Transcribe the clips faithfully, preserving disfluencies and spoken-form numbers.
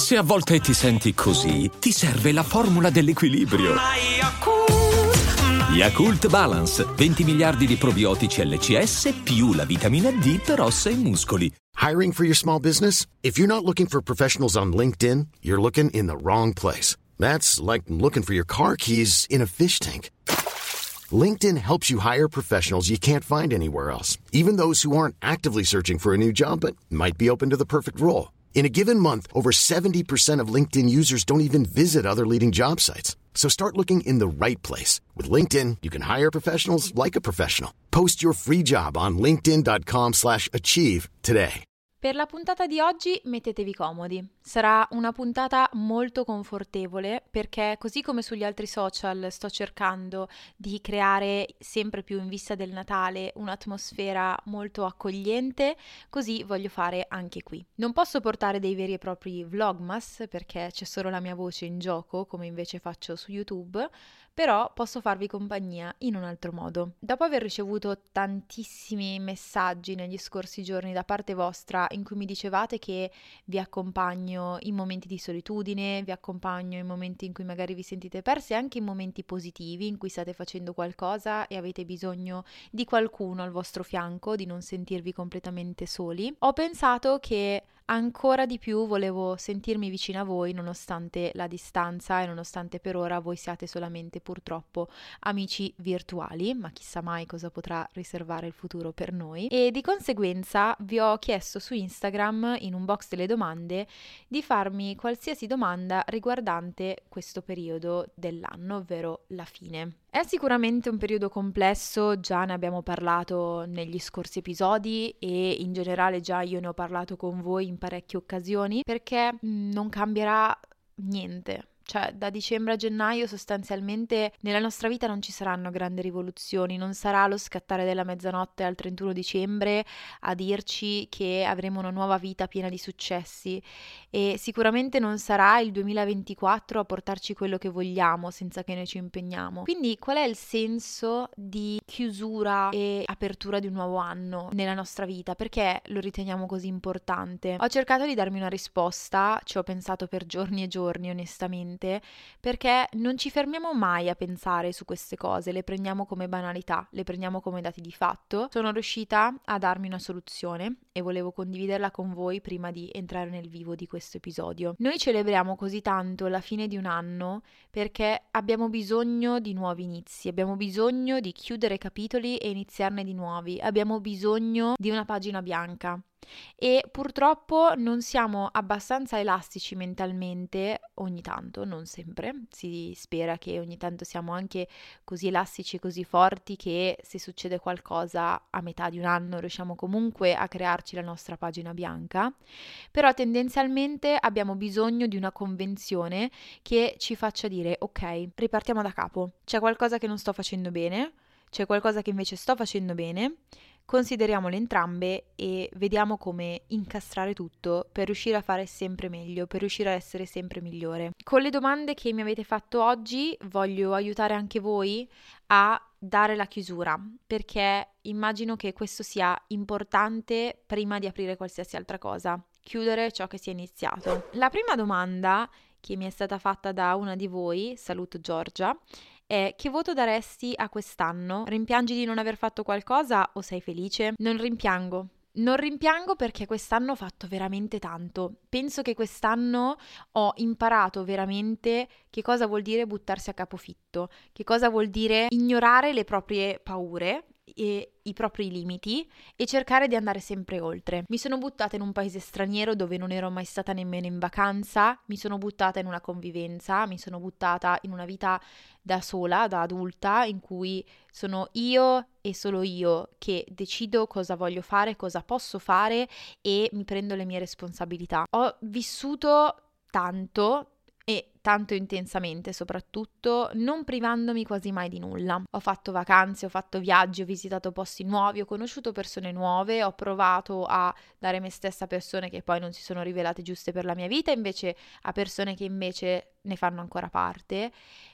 Se a volte ti senti così, ti serve la formula dell'equilibrio. Yakult Balance, venti miliardi di probiotici L C S più la vitamina D per ossa e muscoli. Hiring for your small business? If you're not looking for professionals on LinkedIn, you're looking in the wrong place. That's like looking for your car keys in a fish tank. LinkedIn helps you hire professionals you can't find anywhere else, even those who aren't actively searching for a new job but might be open to the perfect role. In a given month, over seventy percent of LinkedIn users don't even visit other leading job sites. So start looking in the right place. With LinkedIn, you can hire professionals like a professional. Post your free job on linkedin.com slash achieve today. Per la puntata di oggi mettetevi comodi. Sarà una puntata molto confortevole perché così come sugli altri social sto cercando di creare sempre più in vista del Natale un'atmosfera molto accogliente, così voglio fare anche qui. Non posso portare dei veri e propri vlogmas perché c'è solo la mia voce in gioco come invece faccio su YouTube, però posso farvi compagnia in un altro modo. Dopo aver ricevuto tantissimi messaggi negli scorsi giorni da parte vostra in cui mi dicevate che vi accompagno in momenti di solitudine, vi accompagno in momenti in cui magari vi sentite persi, anche in momenti positivi in cui state facendo qualcosa e avete bisogno di qualcuno al vostro fianco, di non sentirvi completamente soli, ho pensato che ancora di più volevo sentirmi vicina a voi nonostante la distanza e nonostante per ora voi siate solamente purtroppo amici virtuali, ma chissà mai cosa potrà riservare il futuro per noi. E di conseguenza vi ho chiesto su Instagram, in un box delle domande, di farmi qualsiasi domanda riguardante questo periodo dell'anno, ovvero la fine. È sicuramente un periodo complesso, già ne abbiamo parlato negli scorsi episodi e in generale già io ne ho parlato con voi in parecchie occasioni, perché non cambierà niente. Cioè, da dicembre a gennaio sostanzialmente nella nostra vita non ci saranno grandi rivoluzioni, non sarà lo scattare della mezzanotte al trentuno dicembre a dirci che avremo una nuova vita piena di successi e sicuramente non sarà il duemilaventiquattro a portarci quello che vogliamo senza che noi ci impegniamo. Quindi qual è il senso di chiusura e apertura di un nuovo anno nella nostra vita? Perché lo riteniamo così importante? Ho cercato di darmi una risposta, ci ho pensato per giorni e giorni onestamente, perché non ci fermiamo mai a pensare su queste cose, le prendiamo come banalità, le prendiamo come dati di fatto. Sono riuscita a darmi una soluzione e volevo condividerla con voi prima di entrare nel vivo di questo episodio. Noi celebriamo così tanto la fine di un anno perché abbiamo bisogno di nuovi inizi, abbiamo bisogno di chiudere capitoli e iniziarne di nuovi, abbiamo bisogno di una pagina bianca. E purtroppo non siamo abbastanza elastici mentalmente, ogni tanto, non sempre, si spera che ogni tanto siamo anche così elastici e così forti che se succede qualcosa a metà di un anno riusciamo comunque a crearci la nostra pagina bianca, però tendenzialmente abbiamo bisogno di una convenzione che ci faccia dire ok, ripartiamo da capo, c'è qualcosa che non sto facendo bene, c'è qualcosa che invece sto facendo bene, consideriamole entrambe e vediamo come incastrare tutto per riuscire a fare sempre meglio, per riuscire a essere sempre migliore. Con le domande che mi avete fatto oggi voglio aiutare anche voi a dare la chiusura, perché immagino che questo sia importante prima di aprire qualsiasi altra cosa, chiudere ciò che si è iniziato. La prima domanda che mi è stata fatta da una di voi, saluto Giorgia, è: che voto daresti a quest'anno? Rimpiangi di non aver fatto qualcosa o sei felice? Non rimpiango. Non rimpiango perché quest'anno ho fatto veramente tanto. Penso che quest'anno ho imparato veramente che cosa vuol dire buttarsi a capofitto, che cosa vuol dire ignorare le proprie paure e i propri limiti e cercare di andare sempre oltre. Mi sono buttata in un paese straniero dove non ero mai stata nemmeno in vacanza, mi sono buttata in una convivenza, mi sono buttata in una vita da sola, da adulta, in cui sono io e solo io che decido cosa voglio fare, cosa posso fare e mi prendo le mie responsabilità. Ho vissuto tanto e tanto intensamente soprattutto, non privandomi quasi mai di nulla. Ho fatto vacanze, ho fatto viaggi, ho visitato posti nuovi, ho conosciuto persone nuove, ho provato a dare me stessa a persone che poi non si sono rivelate giuste per la mia vita, invece a persone che invece ne fanno ancora parte,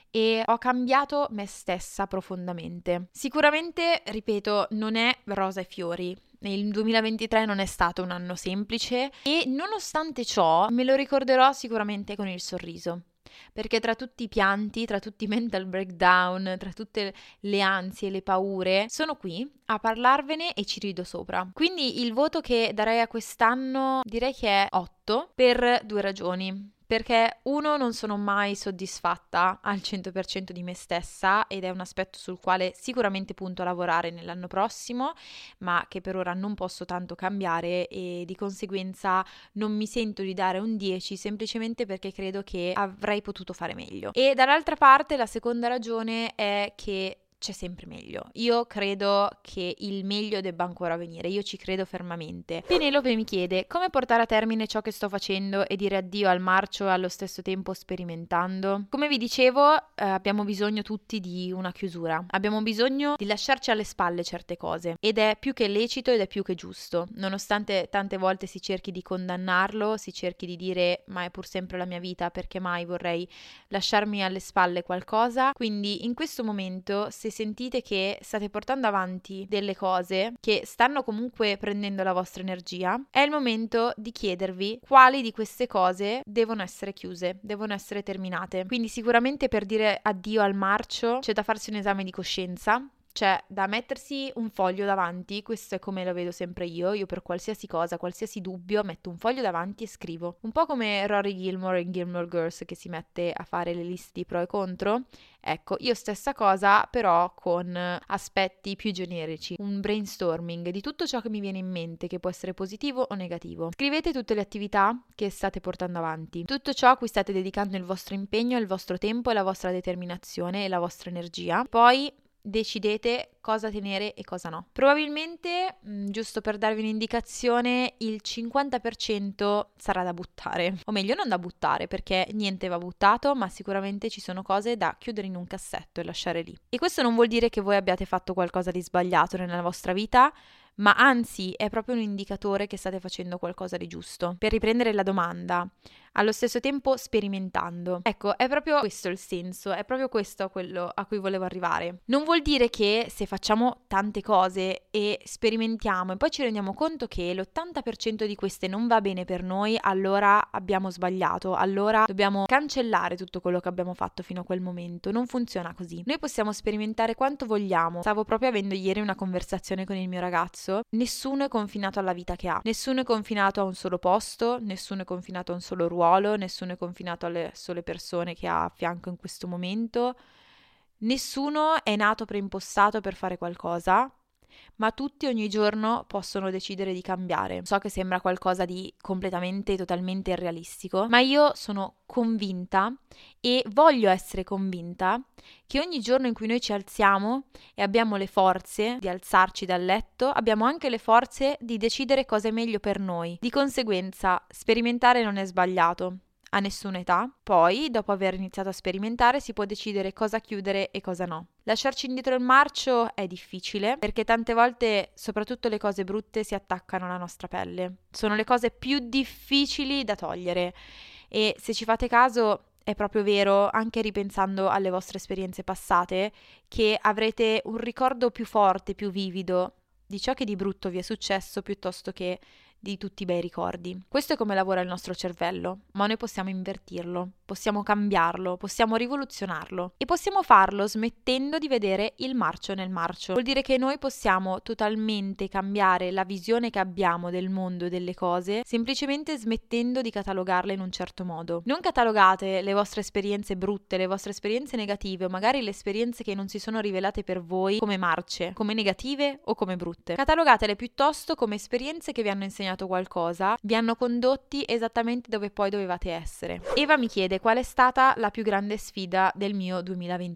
e ho cambiato me stessa profondamente. Sicuramente, ripeto, non è rosa e fiori. Il duemilaventitré non è stato un anno semplice e nonostante ciò me lo ricorderò sicuramente con il sorriso. Perché tra tutti i pianti, tra tutti i mental breakdown, tra tutte le ansie, le paure, sono qui a parlarvene e ci rido sopra. Quindi il voto che darei a quest'anno direi che è otto per due ragioni. Perché uno, non sono mai soddisfatta al cento per cento di me stessa ed è un aspetto sul quale sicuramente punto a lavorare nell'anno prossimo, ma che per ora non posso tanto cambiare e di conseguenza non mi sento di dare un dieci semplicemente perché credo che avrei potuto fare meglio. E dall'altra parte la seconda ragione è che c'è sempre meglio. Io credo che il meglio debba ancora venire, io ci credo fermamente. Penelope mi chiede come portare a termine ciò che sto facendo e dire addio al marcio e allo stesso tempo sperimentando. Come vi dicevo, eh, abbiamo bisogno tutti di una chiusura. Abbiamo bisogno di lasciarci alle spalle certe cose ed è più che lecito ed è più che giusto. Nonostante tante volte si cerchi di condannarlo, si cerchi di dire ma è pur sempre la mia vita, perché mai vorrei lasciarmi alle spalle qualcosa. Quindi in questo momento, se sentite che state portando avanti delle cose che stanno comunque prendendo la vostra energia, è il momento di chiedervi quali di queste cose devono essere chiuse, devono essere terminate. Quindi sicuramente per dire addio al marcio c'è da farsi un esame di coscienza. C'è da mettersi un foglio davanti, questo è come lo vedo sempre io, io per qualsiasi cosa, qualsiasi dubbio, metto un foglio davanti e scrivo. Un po' come Rory Gilmore in Gilmore Girls che si mette a fare le liste di pro e contro. Ecco, io stessa cosa però con aspetti più generici, un brainstorming di tutto ciò che mi viene in mente, che può essere positivo o negativo. Scrivete tutte le attività che state portando avanti, tutto ciò a cui state dedicando il vostro impegno, il vostro tempo e la vostra determinazione e la vostra energia. Poi decidete cosa tenere e cosa no. Probabilmente, mh, giusto per darvi un'indicazione, il cinquanta per cento sarà da buttare. O meglio, non da buttare, perché niente va buttato, ma sicuramente ci sono cose da chiudere in un cassetto e lasciare lì. E questo non vuol dire che voi abbiate fatto qualcosa di sbagliato nella vostra vita, ma anzi è proprio un indicatore che state facendo qualcosa di giusto. Per riprendere la domanda, allo stesso tempo sperimentando. Ecco, è proprio questo il senso, è proprio questo quello a cui volevo arrivare. Non vuol dire che se facciamo tante cose e sperimentiamo e poi ci rendiamo conto che l'ottanta per cento di queste non va bene per noi, allora abbiamo sbagliato, allora dobbiamo cancellare tutto quello che abbiamo fatto fino a quel momento. Non funziona così. Noi possiamo sperimentare quanto vogliamo. Stavo proprio avendo ieri una conversazione con il mio ragazzo. Nessuno è confinato alla vita che ha, nessuno è confinato a un solo posto, nessuno è confinato a un solo ruolo, nessuno è confinato alle sole persone che ha a fianco in questo momento, nessuno è nato preimpostato per fare qualcosa, ma tutti ogni giorno possono decidere di cambiare. So che sembra qualcosa di completamente, totalmente irrealistico, ma io sono convinta e voglio essere convinta che ogni giorno in cui noi ci alziamo e abbiamo le forze di alzarci dal letto, abbiamo anche le forze di decidere cosa è meglio per noi. Di conseguenza, sperimentare non è sbagliato a nessuna età. Poi, dopo aver iniziato a sperimentare, si può decidere cosa chiudere e cosa no. Lasciarci indietro il marcio è difficile perché tante volte, soprattutto le cose brutte, si attaccano alla nostra pelle. Sono le cose più difficili da togliere e se ci fate caso è proprio vero, anche ripensando alle vostre esperienze passate, che avrete un ricordo più forte, più vivido di ciò che di brutto vi è successo piuttosto che di tutti i bei ricordi. Questo è come lavora il nostro cervello, ma noi possiamo invertirlo, possiamo cambiarlo, possiamo rivoluzionarlo e possiamo farlo smettendo di vedere il marcio nel marcio. Vuol dire che noi possiamo totalmente cambiare la visione che abbiamo del mondo e delle cose semplicemente smettendo di catalogarle in un certo modo. Non catalogate le vostre esperienze brutte, le vostre esperienze negative o magari le esperienze che non si sono rivelate per voi come marce, come negative o come brutte. Catalogatele piuttosto come esperienze che vi hanno insegnato qualcosa, vi hanno condotti esattamente dove poi dovevate essere. Eva mi chiede qual è stata la più grande sfida del mio duemilaventitré.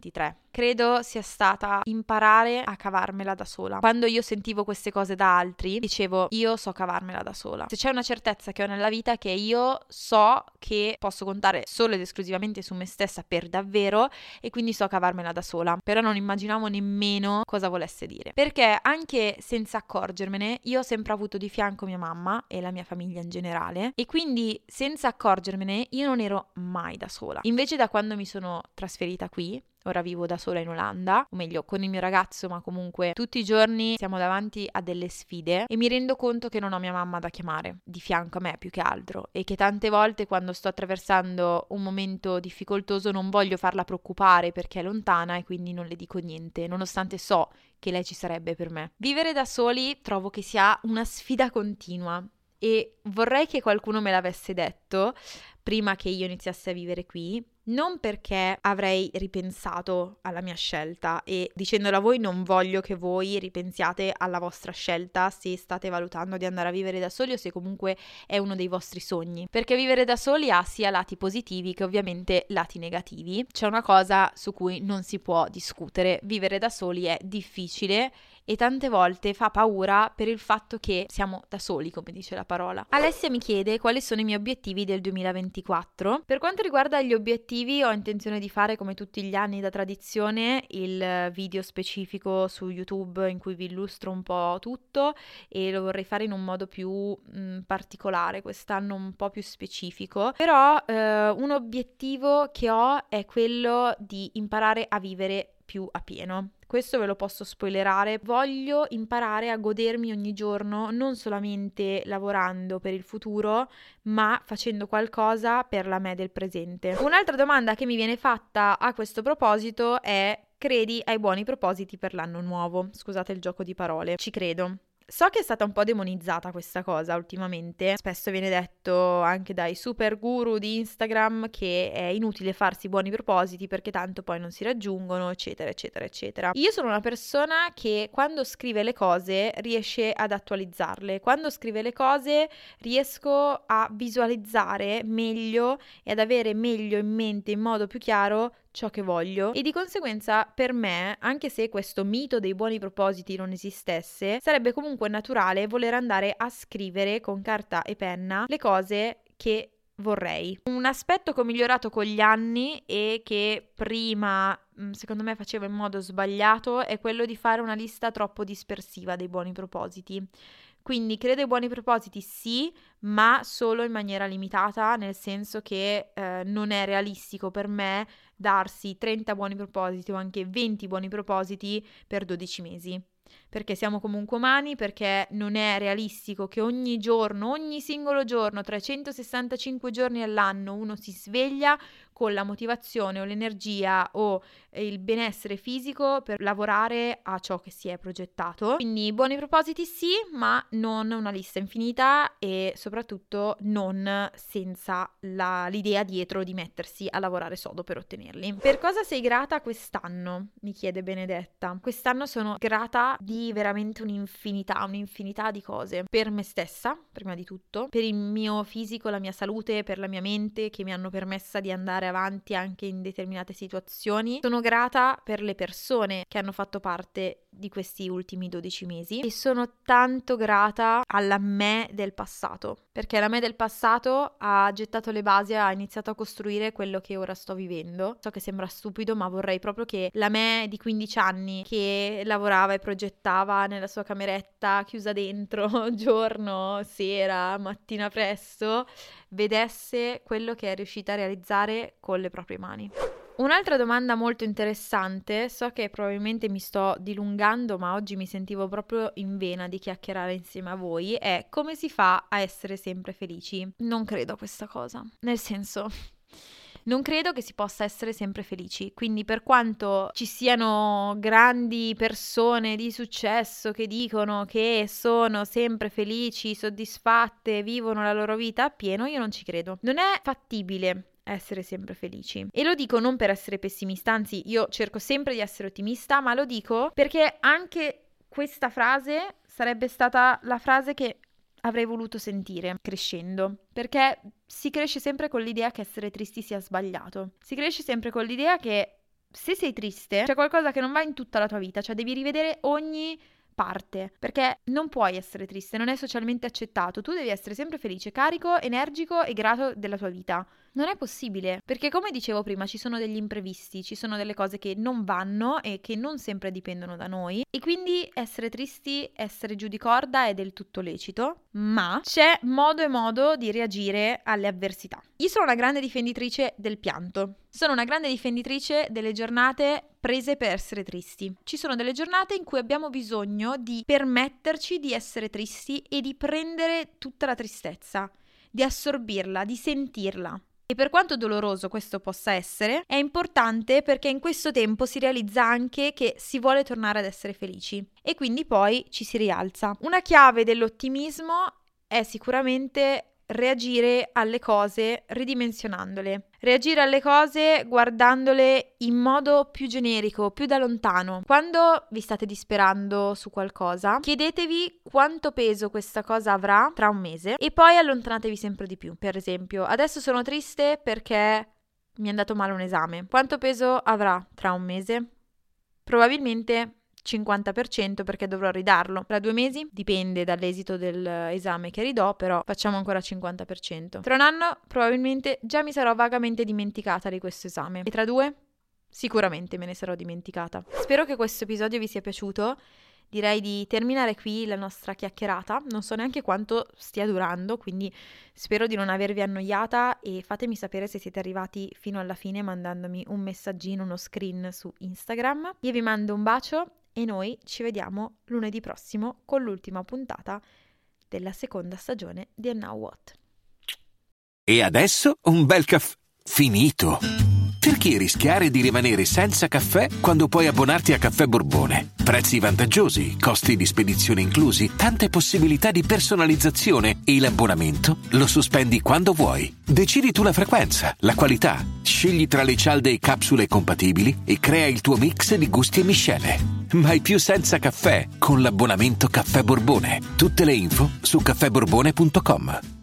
credo sia stata imparare a cavarmela da sola. Quando io sentivo queste cose da altri, dicevo io so cavarmela da sola. Se c'è una certezza che ho nella vita è che io so che posso contare solo ed esclusivamente su me stessa per davvero e quindi so cavarmela da sola. Però non immaginavo nemmeno cosa volesse dire. Perché anche senza accorgermene io ho sempre avuto di fianco mia mamma e la mia famiglia in generale e quindi senza accorgermene io non ero mai da sola. Invece da quando mi sono trasferita qui, ora vivo da sola in Olanda, o meglio con il mio ragazzo, ma comunque tutti i giorni siamo davanti a delle sfide e mi rendo conto che non ho mia mamma da chiamare di fianco a me più che altro e che tante volte quando sto attraversando un momento difficoltoso non voglio farla preoccupare perché è lontana e quindi non le dico niente, nonostante so che lei ci sarebbe per me. Vivere da soli trovo che sia una sfida continua e vorrei che qualcuno me l'avesse detto prima che io iniziassi a vivere qui, non perché avrei ripensato alla mia scelta e dicendolo a voi non voglio che voi ripensiate alla vostra scelta se state valutando di andare a vivere da soli o se comunque è uno dei vostri sogni, perché vivere da soli ha sia lati positivi che ovviamente lati negativi. C'è una cosa su cui non si può discutere: vivere da soli è difficile e tante volte fa paura per il fatto che siamo da soli, come dice la parola. Alessia mi chiede quali sono i miei obiettivi del duemilaventiquattro. Per quanto riguarda gli obiettivi, ho intenzione di fare come tutti gli anni da tradizione il video specifico su YouTube in cui vi illustro un po' tutto e lo vorrei fare in un modo più mh, particolare, quest'anno un po' più specifico. Però eh, un obiettivo che ho è quello di imparare a vivere più a pieno. Questo ve lo posso spoilerare, voglio imparare a godermi ogni giorno, non solamente lavorando per il futuro, ma facendo qualcosa per la me del presente. Un'altra domanda che mi viene fatta a questo proposito è: credi ai buoni propositi per l'anno nuovo? Scusate il gioco di parole, ci credo. So che è stata un po' demonizzata questa cosa ultimamente, spesso viene detto anche dai super guru di Instagram che è inutile farsi buoni propositi perché tanto poi non si raggiungono, eccetera, eccetera, eccetera. Io sono una persona che quando scrive le cose riesce ad attualizzarle, quando scrive le cose riesco a visualizzare meglio e ad avere meglio in mente in modo più chiaro ciò che voglio e di conseguenza per me, anche se questo mito dei buoni propositi non esistesse, sarebbe comunque naturale voler andare a scrivere con carta e penna le cose che vorrei. Un aspetto che ho migliorato con gli anni e che prima secondo me facevo in modo sbagliato è quello di fare una lista troppo dispersiva dei buoni propositi. Quindi credo ai buoni propositi sì, ma solo in maniera limitata, nel senso che eh, non è realistico per me darsi trenta buoni propositi o anche venti buoni propositi per dodici mesi. Perché siamo comunque umani, perché non è realistico che ogni giorno, ogni singolo giorno, trecentosessantacinque giorni all'anno uno si sveglia con la motivazione o l'energia o il benessere fisico per lavorare a ciò che si è progettato. Quindi buoni propositi sì, ma non una lista infinita e soprattutto non senza la, l'idea dietro di mettersi a lavorare sodo per ottenerli. Per cosa sei grata quest'anno? Mi chiede Benedetta. Quest'anno sono grata di veramente un'infinità, un'infinità di cose. Per me stessa, prima di tutto, per il mio fisico, la mia salute, per la mia mente che mi hanno permessa di andare avanti anche in determinate situazioni. Sono grata per le persone che hanno fatto parte di questi ultimi dodici mesi e sono tanto grata alla me del passato, perché la me del passato ha gettato le basi, ha iniziato a costruire quello che ora sto vivendo. So che sembra stupido, ma vorrei proprio che la me di quindici anni che lavorava e progettava nella sua cameretta chiusa dentro giorno, sera, mattina presto, vedesse quello che è riuscita a realizzare con le proprie mani. Un'altra domanda molto interessante, so che probabilmente mi sto dilungando, ma oggi mi sentivo proprio in vena di chiacchierare insieme a voi, è: come si fa a essere sempre felici? Non credo a questa cosa, nel senso... Non credo che si possa essere sempre felici, quindi per quanto ci siano grandi persone di successo che dicono che sono sempre felici, soddisfatte, vivono la loro vita appieno, io non ci credo. Non è fattibile essere sempre felici. E lo dico non per essere pessimista, anzi io cerco sempre di essere ottimista, ma lo dico perché anche questa frase sarebbe stata la frase che avrei voluto sentire crescendo, perché si cresce sempre con l'idea che essere tristi sia sbagliato, si cresce sempre con l'idea che se sei triste, c'è qualcosa che non va in tutta la tua vita, cioè devi rivedere ogni parte, perché non puoi essere triste, non è socialmente accettato, tu devi essere sempre felice, carico, energico e grato della tua vita. Non è possibile, perché come dicevo prima ci sono degli imprevisti, ci sono delle cose che non vanno e che non sempre dipendono da noi e quindi essere tristi, essere giù di corda è del tutto lecito, ma c'è modo e modo di reagire alle avversità. Io sono una grande difenditrice del pianto, sono una grande difenditrice delle giornate prese per essere tristi. Ci sono delle giornate in cui abbiamo bisogno di permetterci di essere tristi e di prendere tutta la tristezza, di assorbirla, di sentirla. E per quanto doloroso questo possa essere, è importante perché in questo tempo si realizza anche che si vuole tornare ad essere felici e quindi poi ci si rialza. Una chiave dell'ottimismo è sicuramente reagire alle cose ridimensionandole, reagire alle cose guardandole in modo più generico, più da lontano. Quando vi state disperando su qualcosa, chiedetevi quanto peso questa cosa avrà tra un mese e poi allontanatevi sempre di più. Per esempio, adesso sono triste perché mi è andato male un esame. Quanto peso avrà tra un mese? Probabilmente cinquanta per cento perché dovrò ridarlo. Tra due mesi? Dipende dall'esito dell'esame che ridò, però facciamo ancora cinquanta per cento. Tra un anno probabilmente già mi sarò vagamente dimenticata di questo esame. E tra due? Sicuramente me ne sarò dimenticata. Spero che questo episodio vi sia piaciuto. Direi di terminare qui la nostra chiacchierata. Non so neanche quanto stia durando, quindi spero di non avervi annoiata e fatemi sapere se siete arrivati fino alla fine mandandomi un messaggino, uno screen su Instagram. Io vi mando un bacio e noi ci vediamo lunedì prossimo con l'ultima puntata della seconda stagione di And Now What. E adesso un bel caffè finito. Perché rischiare di rimanere senza caffè quando puoi abbonarti a Caffè Borbone? Prezzi vantaggiosi, costi di spedizione inclusi, tante possibilità di personalizzazione e l'abbonamento lo sospendi quando vuoi. Decidi tu la frequenza, la qualità, scegli tra le cialde e capsule compatibili e crea il tuo mix di gusti e miscele. Mai più senza caffè con l'abbonamento Caffè Borbone. Tutte le info su caffè borbone punto com.